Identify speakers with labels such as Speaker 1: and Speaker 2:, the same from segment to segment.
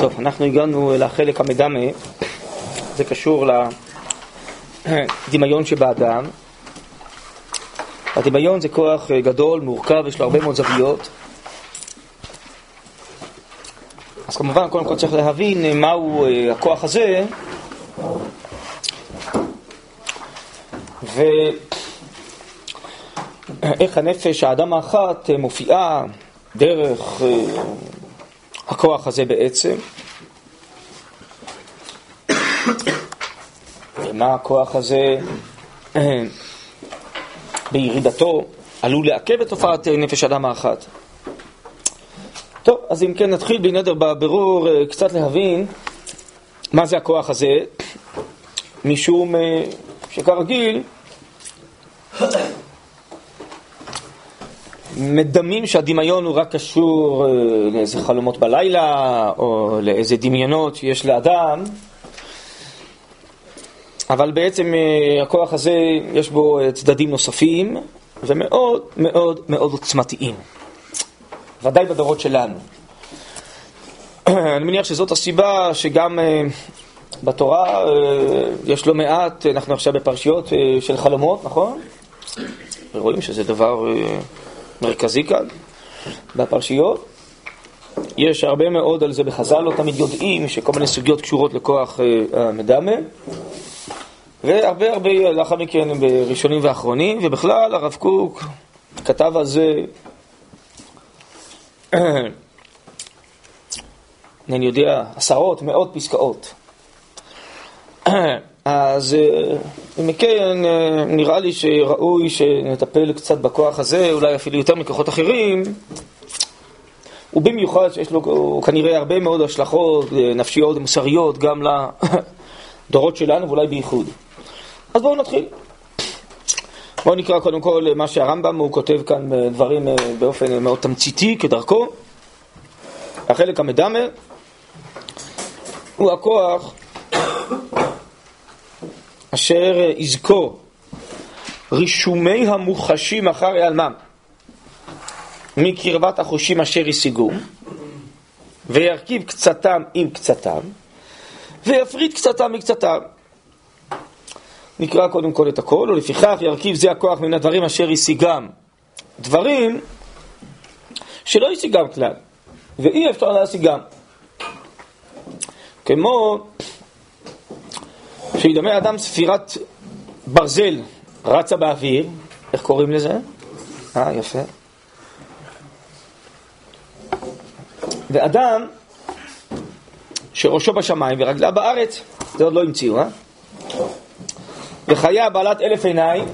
Speaker 1: טוב, אנחנו הגענו לחלק המדמה, זה קשור לדמיון שבאדם. הדמיון זה כוח גדול, מורכב, יש לו הרבה מאוד זוויות. אז כמובן, קודם כל צריך להבין מהו הכוח הזה, ואיך הנפש, האדם האחת, מופיעה דרך הכוח הזה בעצם. ומה הכוח הזה בירידתו עלול לעכב את תופעת נפש האדם האחת. טוב, אז אם כן נתחיל בנדר בבירור קצת להבין מה זה הכוח הזה, משום שכרגיל מדמים שהדמיון הוא רק קשור לאיזה חלומות בלילה או לאיזה דמיונות שיש לאדם, אבל בעצם הכוח הזה יש בו צדדים נוספים ומאוד מאוד מאוד עוצמתיים, ודאי בדורות שלנו. אני מניח שזאת הסיבה שגם בתורה יש לא מעט, אנחנו עכשיו בפרשיות של חלומות, נכון? ורואים שזה דבר מרכזי כאן בפרשיות. יש הרבה מאוד על זה בחז"ל, לא תמיד יודעים שכל מיני סוגיות קשורות לכוח המדמה, והרבה לאחר מכן בראשונים ואחרונים, ובכלל הרב קוק כתב על זה אני יודע, עשרות, מאות פסקאות. אז אם כן, נראה לי שראוי שנטפל קצת בכוח הזה, אולי אפילו יותר מכוחות אחרים, ובמיוחד שיש לו כנראה הרבה מאוד השלכות נפשיות ומוסריות גם לדורות שלנו, ואולי בייחוד. אז בואו נתחיל. בואו נקרא קודם כל מה שהרמב"ם הוא כותב כאן דברים באופן מאוד תמציתי כדרכו. החלק המדמה הוא הכוח אשר יזכור רישומי המוחשים אחר העלמם מקרבת החושים אשר ישיגו, וירכיב קצתם עם קצתם, ויפריד קצתם מקצתם. נקרא קודם כל את הכל. ולפיכך ירכיב זה הכוח מן הדברים אשר ישיגם, דברים שלא ישיגם כלל ואי אפשר להשיגם, כמו שידמה אדם ספירת ברזל רצה באוויר. איך קוראים לזה? יפה. ואדם שראשו בשמיים ורגלה בארץ, זה עוד לא המציאו, וחיה בעלת 1000 עיניים,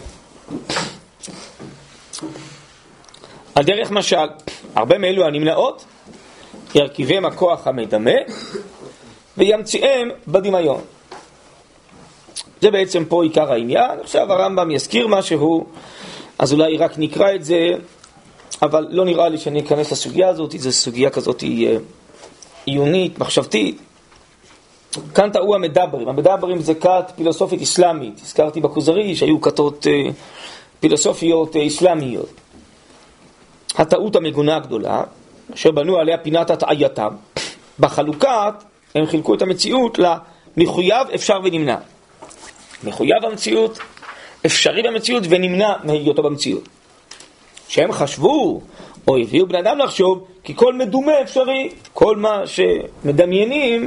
Speaker 1: על דרך משל, הרבה מאלו הנמנעות ירכיבם הכוח המדמה וימציאם בדמיון. זה בעצם פה עיקר העניין. עכשיו הרמב"ם יזכיר משהו, אז אולי רק נקרא את זה, אבל לא נראה לי שאני אכנס לסוגיה הזאת. זו סוגיה כזאת עיונית, מחשבתית. כאן טעו המדברים. המדברים זה כת פילוסופית אסלאמית. הזכרתי בכוזרי שהיו כתות פילוסופיות אסלאמיות. הטעות המגונה הגדולה, אשר בנו עליה פינת הטעייתם, בחלוקת הם חילקו את המציאות למחויב, אפשר ונמנע. מחויב המציאות, אפשרי במציאות ונמנע מהיותו במציאות. שהם חשבו או הביאו בן אדם לחשוב כי כל מדומה אפשרי, כל מה שמדמיינים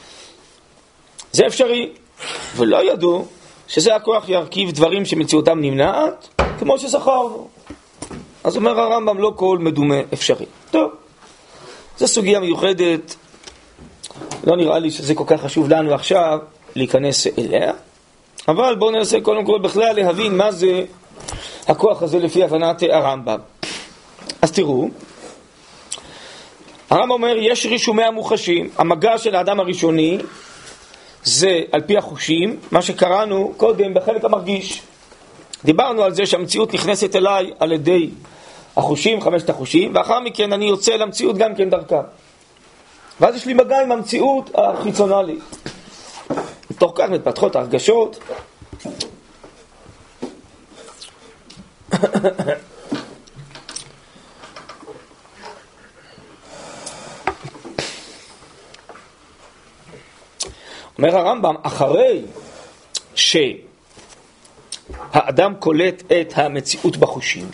Speaker 1: זה אפשרי, ולא ידעו שזה הכוח ירכיב דברים שמציאותם נמנעת כמו שזכרנו. אז אומר הרמב"ם, לא כל מדומה אפשרי. טוב, זו סוגיה מיוחדת, לא נראה לי שזה כל כך חשוב לנו עכשיו להיכנס אליה, אבל בואו ננסה קודם כל בכלל להבין מה זה הכוח הזה לפי הבנת הרמב"ם. אז תראו, הרמב"ם אומר, יש רישומי המוחשים. המגע של האדם הראשוני זה על פי החושים, מה שקראנו קודם בחלק המרגיש. דיברנו על זה שהמציאות נכנסת אליי על ידי החושים, 5 החושים, ואחר מכן אני יוצא למציאות גם כן דרכה. ואז יש לי מגע עם המציאות החיצונלית. מתוך כך מתפתחות הרגשות. אומר הרמב"ם, אחרי שהאדם קולט את המציאות בחושים,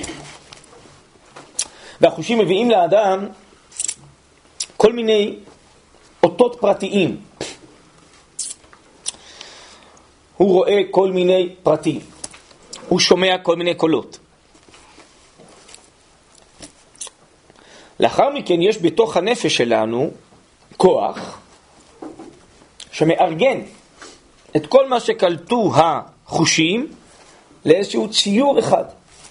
Speaker 1: והחושים מביאים לאדם כל מיני אותות פרטיים. הוא רואה כל מיני פרטים, הוא שומע כל מיני קולות. לאחר מכן יש בתוך הנפש שלנו כוח שמארגן את כל מה שקלטו החושים לאיזשהו ציור אחד.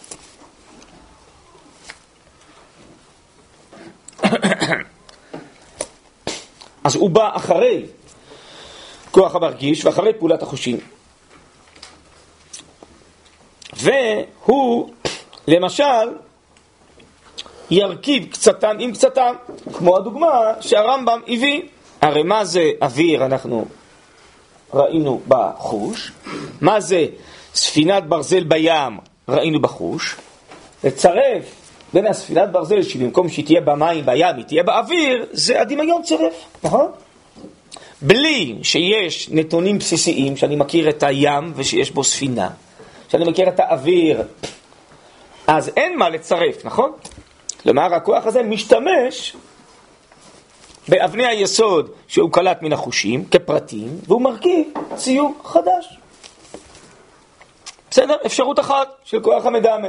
Speaker 1: אז הוא בא אחרי כוח המרגיש ואחרי פעולת החושים. והוא למשל ירכיב קצתם עם קצתם, כמו הדוגמה שהרמב"ם הביא. הרי מה זה אוויר אנחנו ראינו בחוש, מה זה ספינת ברזל בים ראינו בחוש. לצרף בין הספינת ברזל שבמקום שהיא תהיה במים בים היא תהיה באוויר, זה הדמיון צרף, נכון? בלי שיש נתונים בסיסיים, שאני מכיר את הים ושיש בו ספינה, שאני מכיר את האוויר, אז אין מה לצרף, נכון? כלומר, הכוח הזה משתמש באבני היסוד שהוא קלט מן החושים כפרטים, והוא מרכיב ציור חדש. בסדר? אפשרות אחת של כוח המדמה.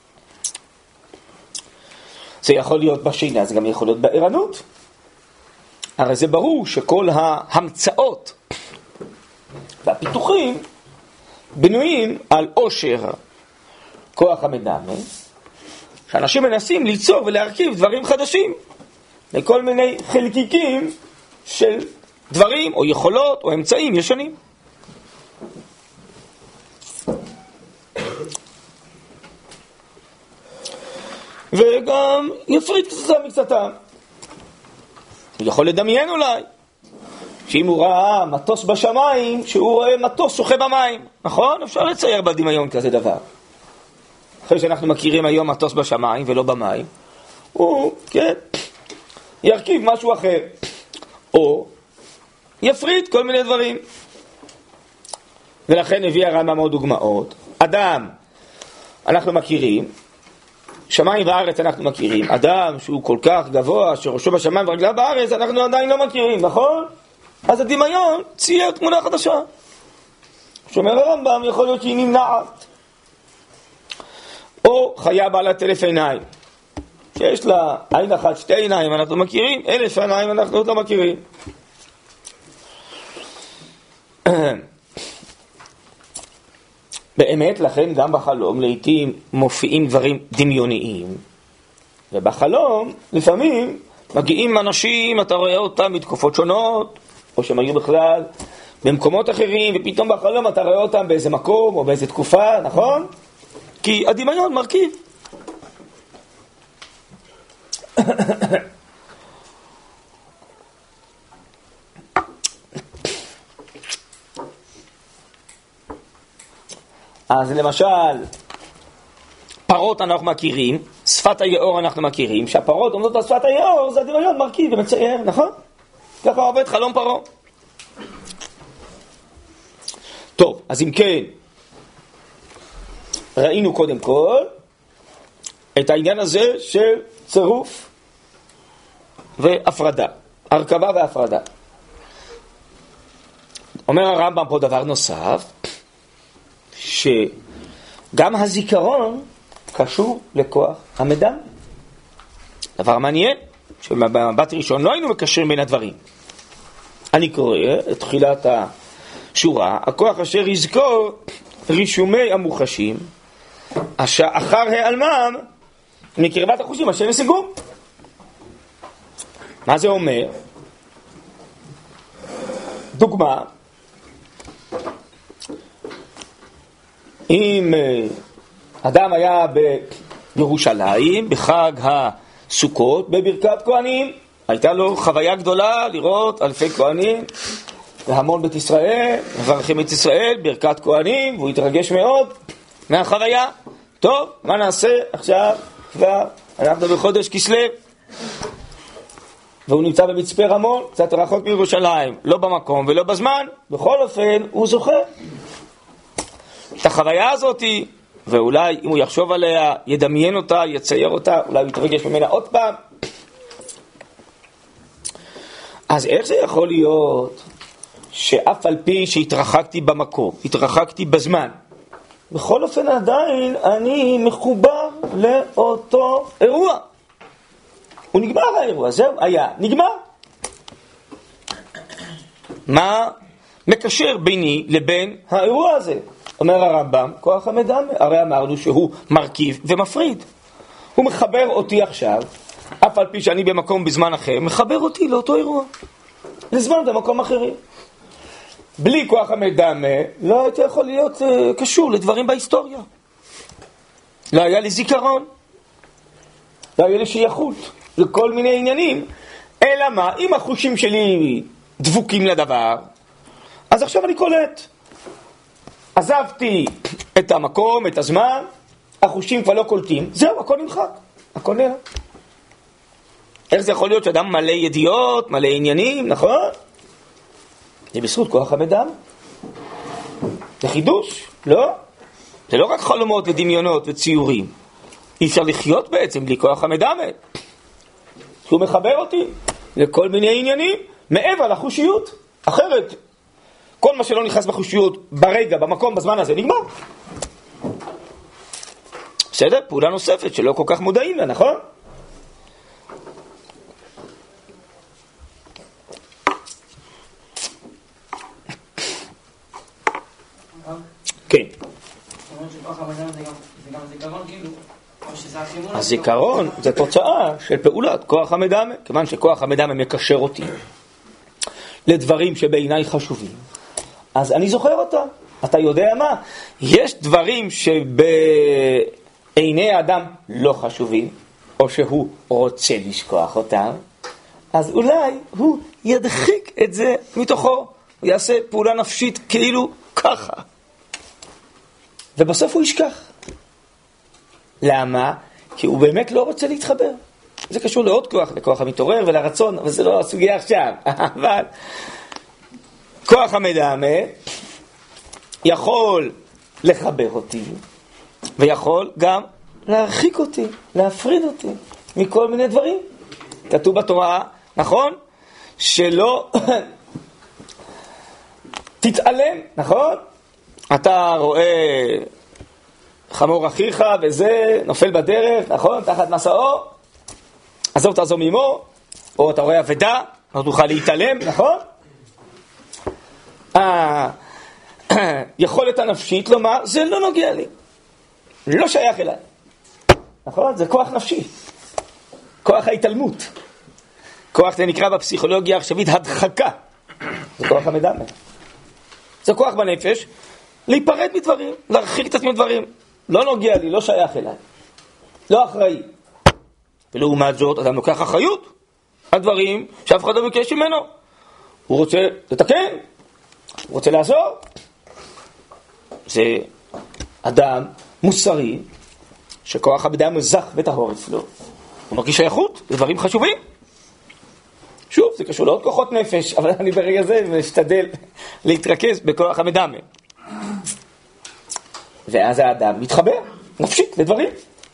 Speaker 1: זה יכול להיות בשינה, זה גם יכול להיות בערנות. הרי זה ברור שכל ההמצאות והפיתוחים בנויים על עושר כוח המדמה, שאנשים מנסים ליצור ולהרכיב דברים חדשים לכל מיני חלקיקים של דברים או יכולות או אמצעים ישנים. וגם יפריד קצתם מקצתם. הוא יכול לדמיין אולי שאם הוא ראה מטוס בשמיים, שהוא רואה מטוס שוחה במים, נכון? אפשר לצייר בדמיון כזה דבר. אחרי שאנחנו מכירים היום מטוס בשמיים ולא במים, הוא, כן, ירכיב משהו אחר, או יפריד כל מיני דברים. ולכן הביא הרמב"ם עוד דוגמאות. אדם, אנחנו מכירים, שמיים וארץ אנחנו מכירים. אדם שהוא כל כך גבוה, שראשו בשמיים ורגליו בארץ, אנחנו עדיין לא מכירים, נכון? אז הדמיון צייר תמונה חדשה. שאומר הרמב"ם, יכול להיות שהיא נמנעת. או חיה בעלת 1000 עיניים, שיש לה עין אחת, 2 עיניים אנחנו מכירים, 1000 עיניים אנחנו עוד לא מכירים. באמת, לכן גם בחלום לעתים מופיעים דברים דמיוניים, ובחלום לפעמים מגיעים אנשים, אתה רואה אותם מתקופות שונות, או שהם היו בכלל במקומות אחרים, ופתאום בחלום אתה רואה אותם באיזה מקום או באיזה תקופה, נכון? כי הדמיון מרכיב. אז למשל, פרות אנחנו מכירים, שפת היאור אנחנו מכירים, שהפרות עומדות על שפת היאור, זה הדמיון מרכיב ומצייר, נכון? ככה עובד חלום פרו. טוב, אז אם כן, ראינו קודם כל את העניין הזה של צירוף והפרדה, הרכבה והפרדה. אומר הרמב"ם פה דבר נוסף, שגם הזיכרון קשור לכוח המדמה. דבר מעניין, שבמבט ראשון לא היינו מקשרים בין הדברים. אני קורא את תחילת השורה, הכוח אשר יזכור רישומי המוחשים, אחר העלמם מקרבת החושים אשר ישיגום. מה זה אומר? דוגמה, אם אדם היה בירושלים בחג הסוכות בברכת כהנים, הייתה לו חוויה גדולה לראות אלפי כהנים והמון בית ישראל מברכים את ישראל ברכת כהנים, והוא התרגש מאוד מהחוויה. טוב, מה נעשה עכשיו? כבר אנחנו בחודש כסלו, והוא נמצא במצפה רמון, קצת רחוק מירושלים, לא במקום ולא בזמן, בכל אופן הוא זוכר את החוויה הזאת, ואולי אם הוא יחשוב עליה, ידמיין אותה, יצייר אותה, אולי הוא יתרגש ממנה עוד פעם. אז איך זה יכול להיות שאף על פי שהתרחקתי במקום, התרחקתי בזמן, בכל אופן עדיין אני מחובר לאותו אירוע? הוא נגמר האירוע, זהו, היה, נגמר. מה מקשר ביני לבין האירוע הזה? אומר הרמב"ם, כוח המדמה, הרי אמרנו שהוא מרכיב ומפריד. הוא מחבר אותי עכשיו, אף על פי שאני במקום בזמן אחר, מחבר אותי לאותו אירוע, לזמן במקום אחרים. בלי כוח המדמה לא הייתי יכול להיות קשור לדברים בהיסטוריה. לא היה לי זיכרון, לא היה לי שייכות לכל מיני עניינים. אלא מה? אם החושים שלי דבוקים לדבר, אז עכשיו אני קולט. עזבתי את המקום, את הזמן, החושים כבר לא קולטים, זהו, הכל נמחק, הכל נראה. איך זה יכול להיות שאדם מלא ידיעות, מלא עניינים, נכון? זה בזכות כוח המדמה. זה חידוש, לא? זה לא רק חלומות ודמיונות וציורים. אי אפשר לחיות בעצם בלי כוח המדמה. שהוא מחבר אותי לכל מיני עניינים מעבר לחושיות. אחרת, כל מה שלא נכנס בחושיות ברגע, במקום, בזמן הזה, נגמר. בסדר? פעולה נוספת שלא כל כך מודעים לה, נכון? כן. הזיכרון זה תוצאה של פעולת כוח המדמה, כיוון שכוח המדמה מקשר אותי לדברים שבעיניי חשובים, אז אני זוכר אותה. אתה יודע מה? יש דברים שבעיני האדם לא חשובים, או שהוא רוצה לשכוח אותם, אז אולי הוא ידחיק את זה מתוכו, הוא יעשה פעולה נפשית כאילו ככה, ובסוף הוא ישכח. למה? כי הוא באמת לא רוצה להתחבר. זה קשור לעוד כוח, לכוח המתעורר ולרצון, אבל זה לא הסוגיה עכשיו. אבל כוח המדמה יכול לחבר אותי, ויכול גם להרחיק אותי, להפריד אותי מכל מיני דברים. כתוב בתורה, נכון? שלא תתעלם, נכון? אתה רואה חמור אחיך וזה נופל בדרך, נכון? תחת מסעו, עזוב תעזוב עמו, או אתה רואה אבדה, לא תוכל להתעלם, נכון? היכולת הנפשית לומר, זה לא נוגע לי, לא שייך אליי, נכון? זה כוח נפשי, כוח ההתעלמות. כוח זה נקרא בפסיכולוגיה העכשווית הדחקה, זה כוח המדמה. זה כוח בנפש להיפרד מדברים, להרחיק את עצמי מדברים. לא נוגע לי, לא שייך אליי, לא אחראי. ולעומת זאת, אדם לוקח אחריות על דברים שאף אחד לא ביקש ממנו. הוא רוצה לתקן, הוא רוצה לעזור. זה אדם מוסרי שכוח המדמה זך וטהור אצלו. הוא מרגיש שייכות, זה דברים חשובים. שוב, זה קשור לעוד כוחות נפש, אבל אני ברגע זה משתדל להתרכז בכוח המדמה. ואז האדם מתחבר נפשית לדברים.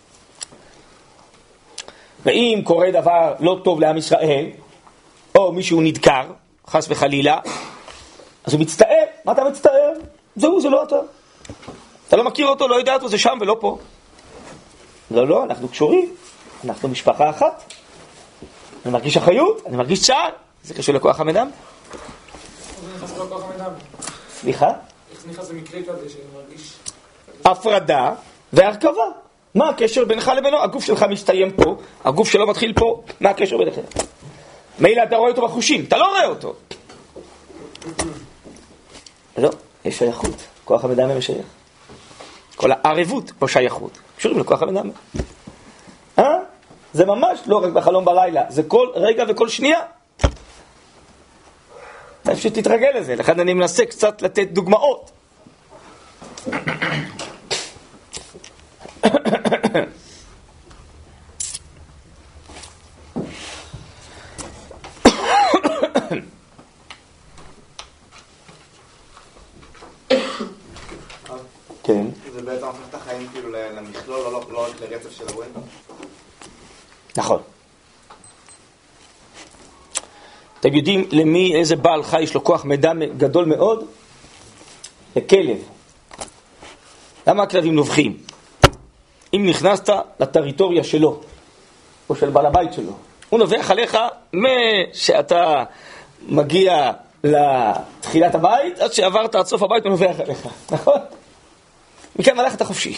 Speaker 1: ואם קורה דבר לא טוב לעם ישראל, או מישהו נדקר, חס וחלילה, אז הוא מצטער. מה אתה מצטער? זהו, זה לא אתה. אתה לא מכיר אותו, לא יודע אותו, זה שם ולא פה. לא, אנחנו קשורים. אנחנו משפחה אחת. אני מרגיש אחריות, אני מרגיש צער. זה קשור לכוח המדמה.
Speaker 2: איך נכנס לכוח המדמה?
Speaker 1: סליחה?
Speaker 2: איך נכנס למקרה כזה שאני מרגיש?
Speaker 1: הפרדה והרכבה. מה הקשר בינך לבינו? הגוף שלך מסתיים פה, הגוף שלו מתחיל פה. מה הקשר ביניכם? מילא אתה רואה אותו בחושים, אתה לא רואה אותו. לא, יש שייכות. כוח המדמה משייך. כל הערבות פה שייכות. קשורים לכוח המדמה. זה ממש לא רק בחלום בלילה, זה כל רגע וכל שנייה. אתה פשוט תתרגל לזה, לכן אני מנסה קצת לתת דוגמאות. כן.
Speaker 3: זה בעצם הופך את החיים כאילו למכלול, לא רק לרצף של הווין?
Speaker 1: נכון. אתם יודעים למי, איזה בעל חי יש לו כוח מידע גדול מאוד? לכלב. למה הכלבים נובחים? אם נכנסת לטריטוריה שלו, או של בעל הבית שלו, הוא נובח עליך שאתה מגיע לתחילת הבית, עד שעברת עד סוף הבית הוא נובח עליך, נכון? מכאן הלכת חופשי.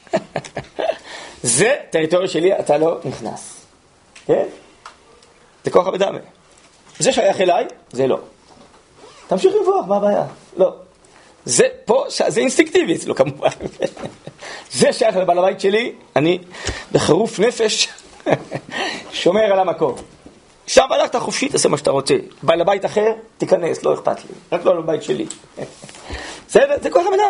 Speaker 1: זה טריטוריה שלי, אתה לא נכנס. כן? זה כוח המדמה. זה שייך אליי, זה לא. תמשיך לבוח, מה הבעיה? לא. זה פה, זה אינסטינקטיבי אצלו כמובן. זה שייך לבעל הבית שלי, אני בחירוף נפש שומר על המקום. שם הלכת חופשי, תעשה מה שאתה רוצה. בעל הבית אחר, תיכנס, לא אכפת לי. רק לא לבית שלי. זה כוח המדמה.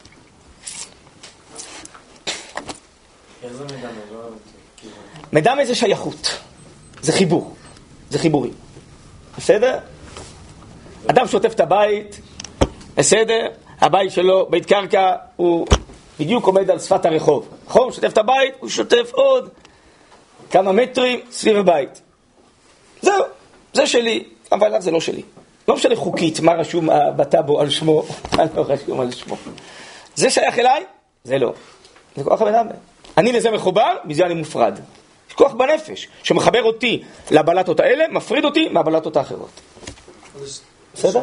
Speaker 2: איך זה מדמה?
Speaker 1: מדמה זה שייכות. זה חיבור. זה חיבורים. בסדר? אדם שוטף את הבית, בסדר? הבית שלו, בית קרקע, הוא בדיוק עומד על שפת הרחוב. נכון? הוא שוטף את הבית, הוא שוטף עוד כמה מטרים סביב הבית. זהו, זה שלי, אבל זה לא שלי. לא משנה חוקית מה רשום בטאבו על שמו, מה לא רשום על שמו. זה שייך אליי? זה לא. זה כוח המדמה. אני לזה מחובר, מזה אני מופרד. יש כוח בנפש, שמחבר אותי לבלטות האלה, מפריד אותי מהבלטות האחרות. בסדר?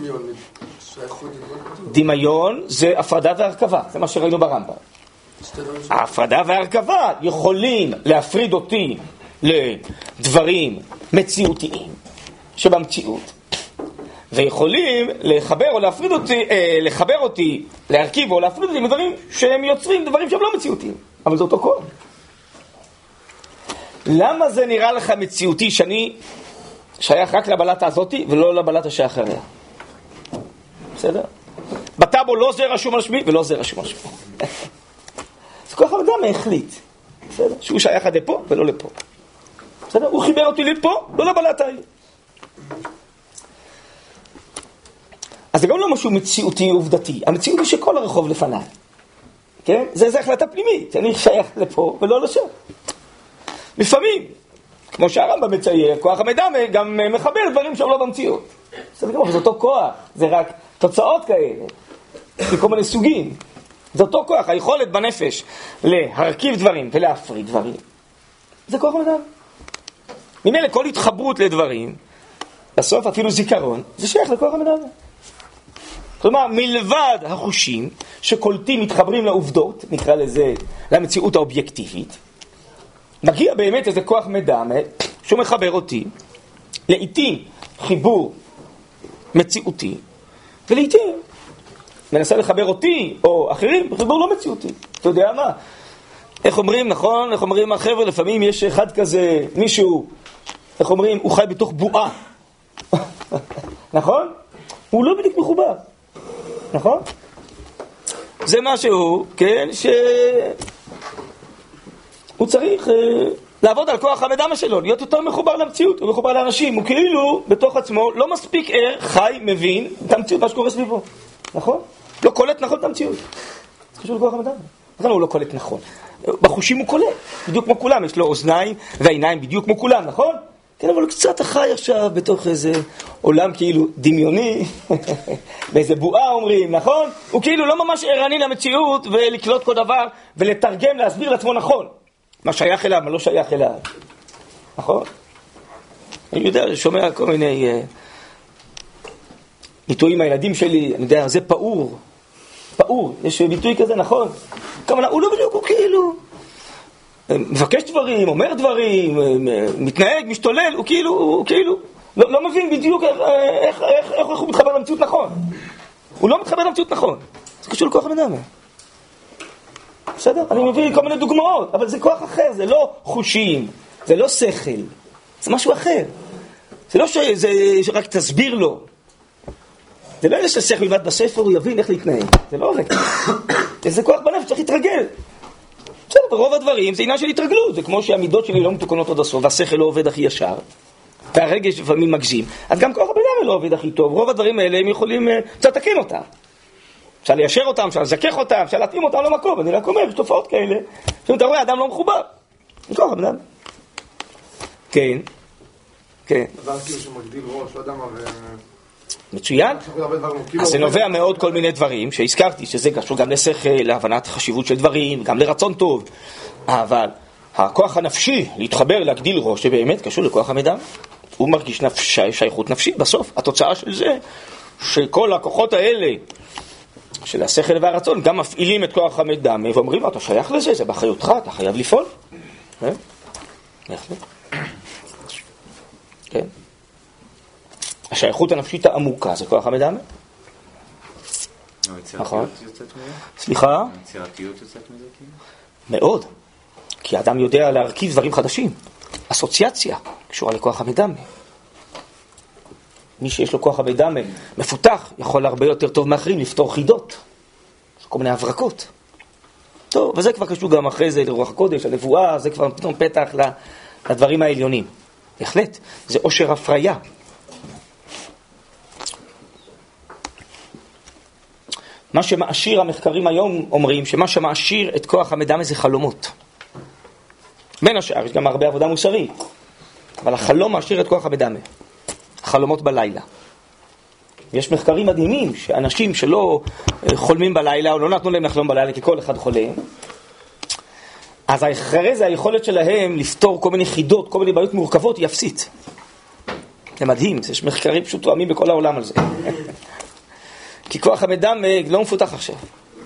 Speaker 1: דמיון זה הפרדה והרכבה, זה מה שראינו ברמב"ם. ההפרדה והרכבה יכולים להפריד אותי לדברים מציאותיים שבמציאות, ויכולים לחבר או להפריד אותי, לחבר אותי, להרכיב או להפריד אותי מדברים שהם יוצרים דברים שהם לא מציאותיים, אבל זה אותו כוח. למה זה נראה לך מציאותי שאני שייך רק לבלטה הזאת ולא לבלטה שאחריה? בסדר? בטאבו לא זה רשום על שמי ולא זה רשום על שמו. זה כוח המדמה החליט, בסדר? שהוא שייך עד לפה ולא לפה. בסדר? הוא חיבר אותי לפה, לא לבלטה. אז זה גם לא משהו מציאותי עובדתי. המציאות היא שכל הרחוב לפניי. כן? זה החלטה פנימית. אני שייך לפה ולא לשם. לפעמים, כמו שהרמב"ם מצייר, כוח המדמה גם מחבר דברים שהם לא במציאות. זה אותו כוח, זה רק תוצאות כאלה, בכל מיני סוגים. זה אותו כוח, היכולת בנפש להרכיב דברים ולהפריד דברים. זה כוח המדמה. ממילא כל התחברות לדברים, בסוף אפילו זיכרון, זה שייך לכוח המדמה. כלומר, מלבד החושים שקולטים מתחברים לעובדות, נקרא לזה, למציאות האובייקטיבית, מגיע באמת איזה כוח מדמה שהוא מחבר אותי, לעתים חיבור מציאותי, ולעתים מנסה לחבר אותי או אחרים בחיבור לא מציאותי. אתה יודע מה? איך אומרים, נכון? איך אומרים החבר'ה, לפעמים יש אחד כזה, מישהו, איך אומרים, הוא חי בתוך בועה. נכון? הוא לא בדיוק מחובר. נכון? זה משהו, כן, הוא צריך לעבוד על כוח המדמה שלו, להיות יותר מחובר למציאות, הוא מחובר לאנשים, הוא כאילו בתוך עצמו לא מספיק חי, מבין את המציאות, מה שקורה סביבו, נכון? לא קולט נכון את המציאות. זה קשור לכוח המדמה. לכן הוא לא קולט נכון. בחושים הוא קולט, בדיוק כמו כולם, יש לו אוזניים והעיניים בדיוק כמו כולם, נכון? כן, אבל הוא קצת חי עכשיו בתוך איזה עולם כאילו דמיוני, באיזה בועה אומרים, נכון? הוא כאילו לא ממש ערני למציאות ולקלוט כל דבר ולתרגם, להסביר לעצמו נכון. מה שייך אליו, מה לא שייך אליו. נכון? אני יודע, שומע כל מיני ביטויים מהילדים שלי, אני יודע, זה פעור. פעור, יש ביטוי כזה, נכון? כמה, הוא לא בדיוק, הוא כאילו מבקש דברים, אומר דברים, מתנהג, משתולל, הוא כאילו לא מבין בדיוק איך הוא מתחבר למציאות נכון. הוא לא מתחבר למציאות נכון. זה קשור לכוח המדמה. בסדר? אני מביא כל מיני דוגמאות, אבל זה כוח אחר, זה לא חושים, זה לא שכל, זה משהו אחר. זה לא שרק תסביר לו. זה לא יש לשכל לבד בספר, הוא יבין איך להתנהג. זה לא עובד. זה כוח בנפש, צריך להתרגל. בסדר, ברוב הדברים זה עניין של התרגלות. זה כמו שהמידות שלי לא מתוקנות עד הסוף, והשכל לא עובד הכי ישר, והרגש לפעמים מגזים. אז גם כוח הבנפש לא עובד הכי טוב. רוב הדברים האלה הם יכולים קצת לתקן אותם. אפשר ליישר אותם, אפשר לזכך אותם, אפשר להתאים אותם למקום. אני רק אומר, יש תופעות כאלה. אתה רואה, אדם לא מחובר. כוח המדמה. כן. כן.
Speaker 4: אדם כאילו שמגדיל ראש, לא יודע מה,
Speaker 1: מצוין. אז זה נובע מאוד כל מיני דברים שהזכרתי, שזה קשור גם לשכל, להבנת חשיבות של דברים, גם לרצון טוב. אבל הכוח הנפשי להתחבר, להגדיל ראש, זה באמת קשור לכוח המדמה. הוא מרגיש שייכות נפשית. בסוף, התוצאה של זה, שכל הכוחות האלה, של השכל והרצון, גם מפעילים את כוח המדמה, ואומרים לו, אתה שייך לזה, זה באחריותך, אתה חייב לפעול. כן. השייכות הנפשית העמוקה זה כוח המדמה.
Speaker 5: היצירתיות יוצאת מזה?
Speaker 1: סליחה?
Speaker 5: היצירתיות יוצאת מזה?
Speaker 1: מאוד. כי האדם יודע להרכיב דברים חדשים. אסוציאציה קשורה לכוח המדמה. מי שיש לו כוח המדמה מפותח יכול הרבה יותר טוב מאחרים לפתור חידות. כל מיני הברקות. טוב, וזה כבר קשור גם אחרי זה לרוח הקודש, הנבואה, זה כבר פתאום פתח לדברים העליונים. בהחלט, זה עושר הפריה. מה שמעשיר, המחקרים היום אומרים שמה שמעשיר את כוח המדמה זה חלומות. בין השאר, יש גם הרבה עבודה מוסרית, אבל החלום מעשיר את כוח המדמה. החלומות בלילה. יש מחקרים מדהימים שאנשים שלא חולמים בלילה או לא נתנו להם לחלום בלילה כי כל אחד חולם, אז אחרי זה היכולת שלהם לפתור כל מיני חידות, כל מיני בעיות מורכבות, היא אפסית. זה מדהים, יש מחקרים פשוט תואמים בכל העולם על זה. כי כוח המדמה לא מפותח עכשיו.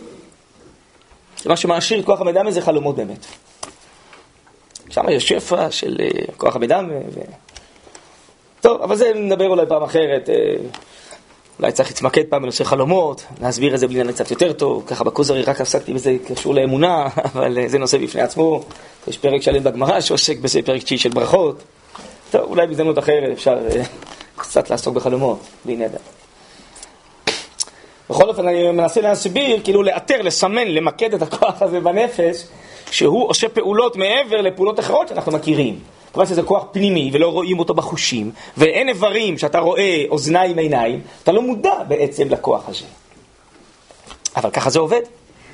Speaker 1: מה שמעשיר את כוח המדמה זה חלומות באמת. שם יש שפע של כוח המדמה. טוב, אבל זה נדבר אולי פעם אחרת. אולי צריך להתמקד פעם בנושא חלומות, להסביר את זה בלי קצת יותר טוב. ככה בכוזרי רק עסקתי בזה קשור לאמונה, אבל זה נושא בפני עצמו. יש פרק שלם בגמרא שעוסק בזה, פרק 9 של ברכות. טוב, אולי בהזדמנות אחרת אפשר קצת לעסוק בחלומות, בלי נדר. בכל אופן אני מנסה להסביר, כאילו לאתר, לסמן, למקד את הכוח הזה בנפש, שהוא עושה פעולות מעבר לפעולות אחרות שאנחנו מכירים. כיוון שזה כוח פנימי ולא רואים אותו בחושים, ואין איברים שאתה רואה אוזניים עיניים, אתה לא מודע בעצם לכוח הזה. אבל ככה זה עובד.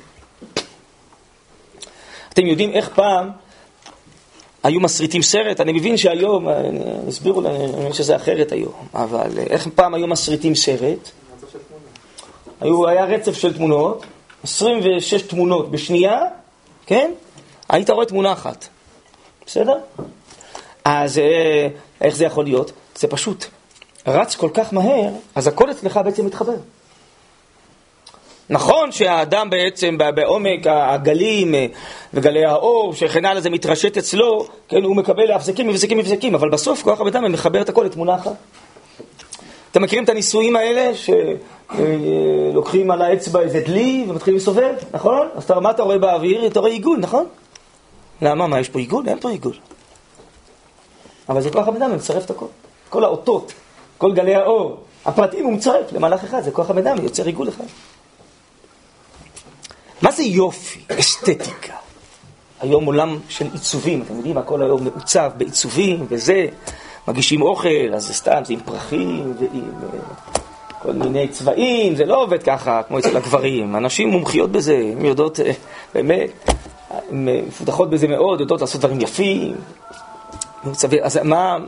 Speaker 1: אתם יודעים איך פעם היו מסריטים סרט? אני מבין שהיום, הסבירו לנו שזה אחרת היום, אבל איך פעם היו מסריטים סרט? היה רצף של תמונות, 26 תמונות בשנייה, כן? היית רואה תמונה אחת. בסדר? אז איך זה יכול להיות? זה פשוט. רץ כל כך מהר, אז הכל אצלך בעצם מתחבר. נכון שהאדם בעצם בעומק הגלים וגלי האור, שכן הלאה זה מתרשת אצלו, כן, הוא מקבל הפסקים, מבזקים, מבזקים, אבל בסוף כוח המדמה מחבר את הכל לתמונה אחת. אתם מכירים את הניסויים האלה שלוקחים על האצבע איזה דלי ומתחילים לסובב, נכון? אז מה אתה רואה באוויר? אתה רואה עיגול, נכון? למה? מה, יש פה עיגול? אין פה עיגול. אבל זה כוח המדמה, מצרף את הכל. כל האותות, כל גלי האור, הפרטים הוא מצרף למהלך אחד, זה כוח המדמה, יוצר עיגול אחד. מה זה יופי? אסתטיקה. היום עולם של עיצובים, אתם יודעים, הכל היום מעוצב בעיצובים, וזה, מגישים אוכל, אז זה סתם, זה עם פרחים ועם כל מיני צבעים, זה לא עובד ככה כמו אצל הגברים. אנשים מומחיות בזה, הן יודעות באמת, הן מפותחות בזה מאוד, יודעות לעשות דברים יפים. אז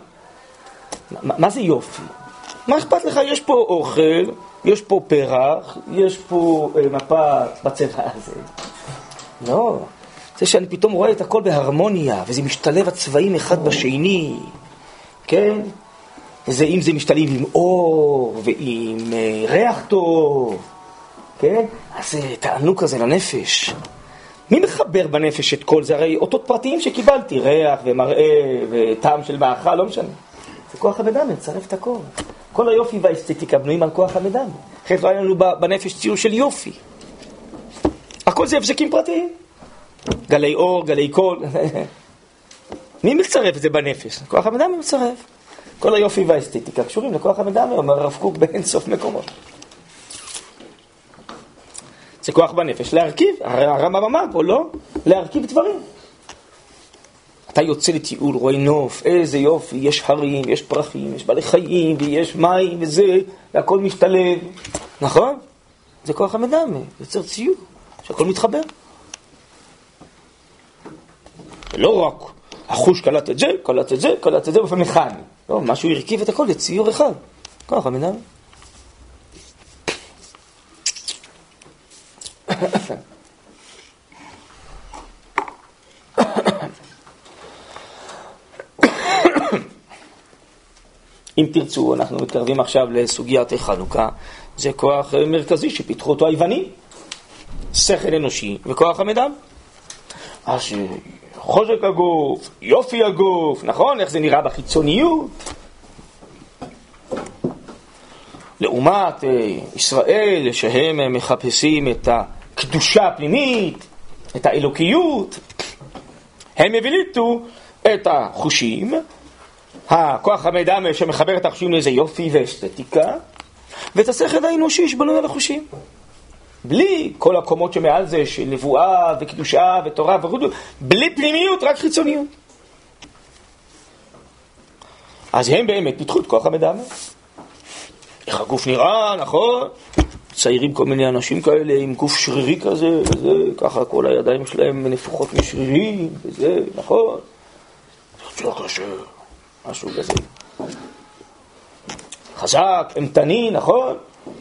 Speaker 1: מה זה יופי? מה אכפת לך? יש פה אוכל, יש פה פרח, יש פה מפה בצבע הזה. לא, זה שאני פתאום רואה את הכל בהרמוניה, וזה משתלב הצבעים אחד בשני, כן? וזה אם זה משתלב עם אור ועם ריח טוב, כן? אז זה תענוג כזה לנפש. מי מחבר בנפש את כל זה? הרי אותות פרטיים שקיבלתי, ריח ומראה וטעם של מאכל, לא משנה. זה כוח המדמה, מצרף את הכל. כל היופי והאסתטיקה בנויים על כוח המדמה. אחרת לא היה לנו בנפש ציור של יופי. הכל זה הבזקים פרטיים. גלי אור, גלי קול. מי מצרף את זה בנפש? כוח המדמה מצרף. כל היופי והאסתטיקה קשורים לכוח המדמה, אומר הרב קוק באין סוף מקומות. זה כוח בנפש להרכיב, הרמב"ם אמר פה, לא? להרכיב דברים. אתה יוצא לטיול, רואה נוף, איזה יופי, יש הרים, יש פרחים, יש בעלי חיים, ויש מים וזה, והכל משתלב, נכון? זה כוח המדמה, זה יוצר ציור, שהכל מתחבר. ולא רק החוש קלט את זה, קלט את זה, קלט את זה באופן מכני. לא, משהו הרכיב את הכל לציור אחד. כוח המדמה. אם תרצו, אנחנו מתקרבים עכשיו לסוגיית החנוכה, זה כוח מרכזי שפיתחו אותו היוונים, שכל אנושי וכוח המדמה. אז חוזק הגוף, יופי הגוף, נכון? איך זה נראה בחיצוניות? לעומת ישראל, שהם מחפשים את הקדושה הפנימית, את האלוקיות, הם הבליטו את החושים, הכוח המדמה שמחבר את החושים לאיזה יופי ואסתטיקה, ואת השכל האנושי שבנוי על החושים. בלי כל הקומות שמעל זה, של נבואה וקדושה ותורה וכו', בלי פנימיות, רק חיצוניות. אז הם באמת פיתחו את כוח המדמה. איך הגוף נראה, נכון? ציירים כל מיני אנשים כאלה עם גוף שרירי כזה, וזה, ככה כל הידיים שלהם נפוחות משרירים, וזה, נכון? זה יותר קשה, משהו כזה. חזק, אמתני, נכון?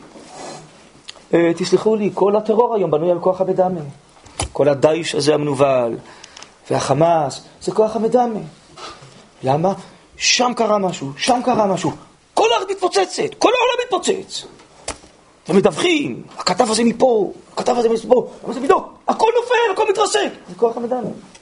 Speaker 1: תסלחו לי, כל הטרור היום בנוי על כוח המדמה. כל הדייש הזה המנוול, והחמאס, זה כוח המדמה. למה? שם קרה משהו, שם קרה משהו. כל הארץ מתפוצצת, כל העולם מתפוצץ. ומדווחים, הכתב הזה מפה, הכתב הזה מפה, זה בדיוק, הכל נופל, הכל מתרסק. זה כוח המדמה.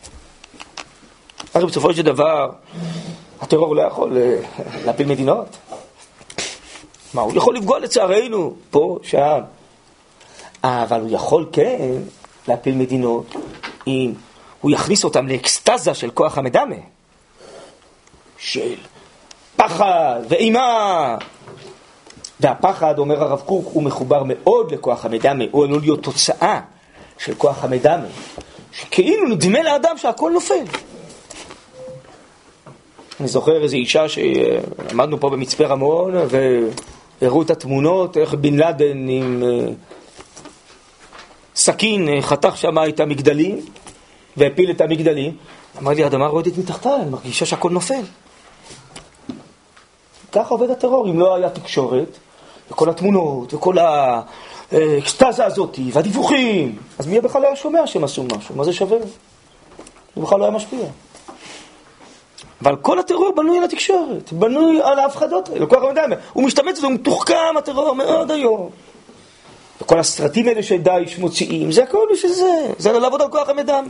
Speaker 1: הרי בסופו של דבר, הטרור לא יכול להפיל מדינות. מה, הוא יכול לפגוע לצערנו, פה, שם. אבל הוא יכול כן להפיל מדינות אם הוא יכניס אותם לאקסטזה של כוח המדמה, של פחד ואימה. והפחד, אומר הרב קוק, הוא מחובר מאוד לכוח המדמה, הוא עלול להיות תוצאה של כוח המדמה, שכאילו נדמה לאדם שהכל נופל. אני זוכר איזו אישה שעמדנו פה במצפה רמון והראו את התמונות, איך בן לאדן עם סכין חתך שם את המגדלים והפיל את המגדלים. אמר לי, האדמה רועדת מתחתיי, אני מרגישה שהכל נופל. ככה עובד הטרור. אם לא היה תקשורת וכל התמונות וכל האקסטזה הזאת והדיווחים, אז מי בכלל היה שומע שהם עשו משהו? מה זה שווה? זה בכלל לא היה משפיע. אבל כל הטרור בנוי על התקשורת, בנוי על ההפחדות האלה, כוח המדמה. הוא משתמש בזה, הוא מתוחכם הטרור מאוד היום. וכל הסרטים האלה שדייש מוציאים, זה הכל בשביל זה. זה לעבוד על כוח המדמה.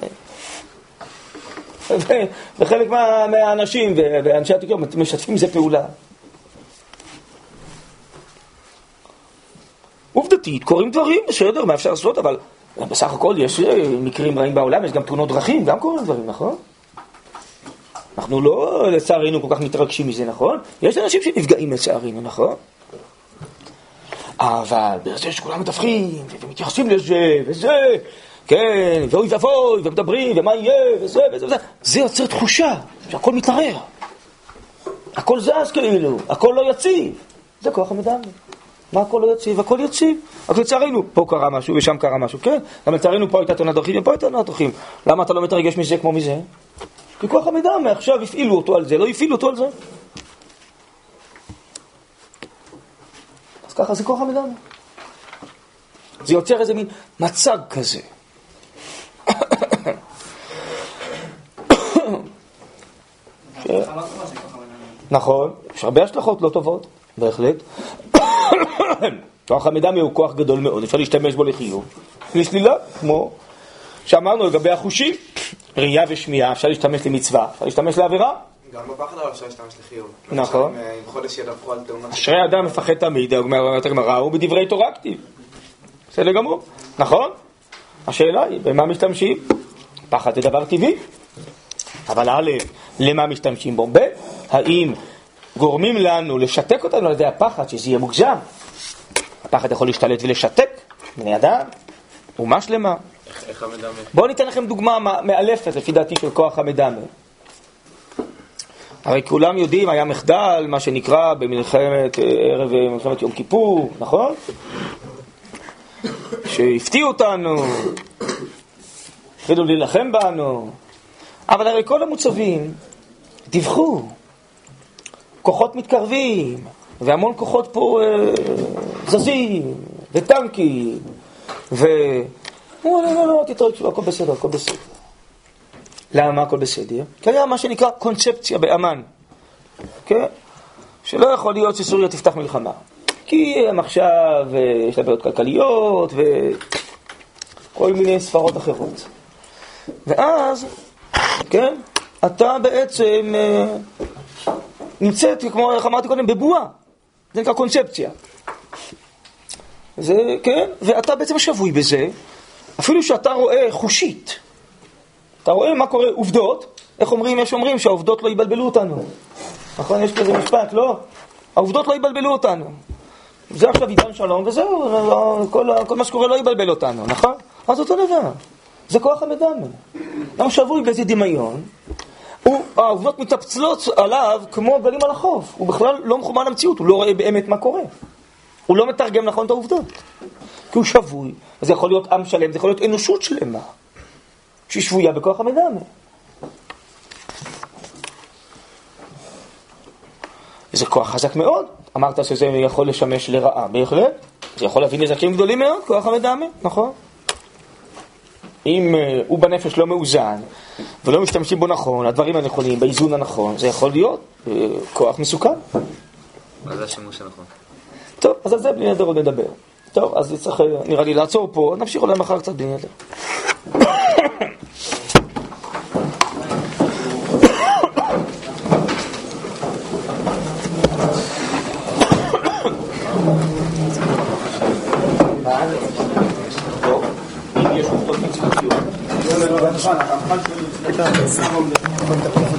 Speaker 1: וחלק מהאנשים ואנשי התקשורת משתפים עם זה פעולה. עובדתית, קוראים דברים בסדר, מה אפשר לעשות, אבל בסך הכל יש מקרים רעים בעולם, יש גם תאונות דרכים, גם קוראים דברים, נכון? אנחנו לא לצערנו כל כך מתרגשים מזה, נכון? יש אנשים שנפגעים לצערנו, נכון? אבל בזה שכולם מדווחים ומתייחסים לזה וזה, כן, ואוי ואבוי, ומדברים, ומה יהיה, וזה וזה וזה, זה יוצר תחושה שהכל מתערער, הכל זז כאילו, הכל לא יציב. זה כוח המדמה. מה הכל לא יציב? הכל יציב. רק לצערנו, פה קרה משהו ושם קרה משהו, כן? גם לצערנו פה הייתה תאונת דרכים ופה הייתה תאונת דרכים. למה אתה לא מתרגש מזה כמו מזה? כי כוח המדמה, עכשיו הפעילו אותו על זה, לא הפעילו אותו על זה. אז ככה זה כוח המדמה. זה יוצר איזה מין מצג כזה. נכון, יש הרבה השלכות לא טובות, בהחלט. כוח המדמה הוא כוח גדול מאוד, אפשר להשתמש בו לחיוב, לשלילה, כמו שאמרנו לגבי החושים, ראייה ושמיעה, אפשר להשתמש למצווה, אפשר להשתמש לעבירה.
Speaker 3: גם בפחד אבל אפשר להשתמש לחיוב.
Speaker 1: נכון.
Speaker 3: אם חודש ידווחו על תאונות.
Speaker 1: אשרי אדם מפחד תמיד, אומרת הגמרא, הוא בדברי תורה כתיב. בסדר גמור, נכון? השאלה היא, במה משתמשים? פחד זה דבר טבעי. אבל א', למה משתמשים בו? ב', האם גורמים לנו לשתק אותנו על ידי הפחד, שזה יהיה מוגזם? הפחד יכול להשתלט ולשתק בני אדם, אומה שלמה.
Speaker 5: איך המדמה? בואו
Speaker 1: ניתן לכם דוגמה מאלפת לפי דעתי של כוח המדמה. הרי כולם יודעים, היה מחדל, מה שנקרא במלחמת ערב מלחמת יום כיפור, נכון? שהפתיעו אותנו, התחילו להילחם בנו, אבל הרי כל המוצבים דיווחו, כוחות מתקרבים, והמון כוחות פה זזים, וטנקים, לא, תתרגשו, הכל בסדר, הכל בסדר. למה הכל בסדר? כי היה מה שנקרא קונספציה באמן, כן? שלא יכול להיות שסוריה תפתח מלחמה. כי הם עכשיו יש לה בעיות כלכליות וכל מיני ספרות אחרות. ואז, כן, אתה בעצם נמצאת, כמו איך אמרתי קודם, בבועה. זה נקרא קונספציה. זה, כן, ואתה בעצם שבוי בזה, אפילו שאתה רואה חושית. אתה רואה מה קורה, עובדות, איך אומרים, יש אומרים שהעובדות לא יבלבלו אותנו. נכון, יש כזה משפט, לא? העובדות לא יבלבלו אותנו. זה עכשיו עידן שלום, וזהו, כל מה שקורה לא יבלבל אותנו, נכון? אז אותו דבר. זה כוח המדמה. הוא שבוי באיזה דמיון, העובדות מתפצלות עליו כמו גלים על החוף. הוא בכלל לא מחובר למציאות, הוא לא רואה באמת מה קורה. הוא לא מתרגם נכון את העובדות. כי הוא שבוי, אז זה יכול להיות עם שלם, זה יכול להיות אנושות שלמה, שהיא שבויה בכוח המדמה. זה כוח חזק מאוד. אמרת שזה יכול לשמש לרעה, בהחלט. זה יכול להביא נזקים גדולים מאוד, כוח המדמה, נכון? אם הוא בנפש לא מאוזן, ולא משתמשים בו נכון, הדברים הנכונים, באיזון הנכון, זה יכול להיות כוח מסוכן.
Speaker 5: מה זה השימוש הנכון?
Speaker 1: טוב, אז על זה בלי נדר עוד נדבר. טוב, אז צריך, נראה לי, לעצור פה, נמשיך אולי מחר קצת בלי נדר. אם יש עובדות מצוותיות.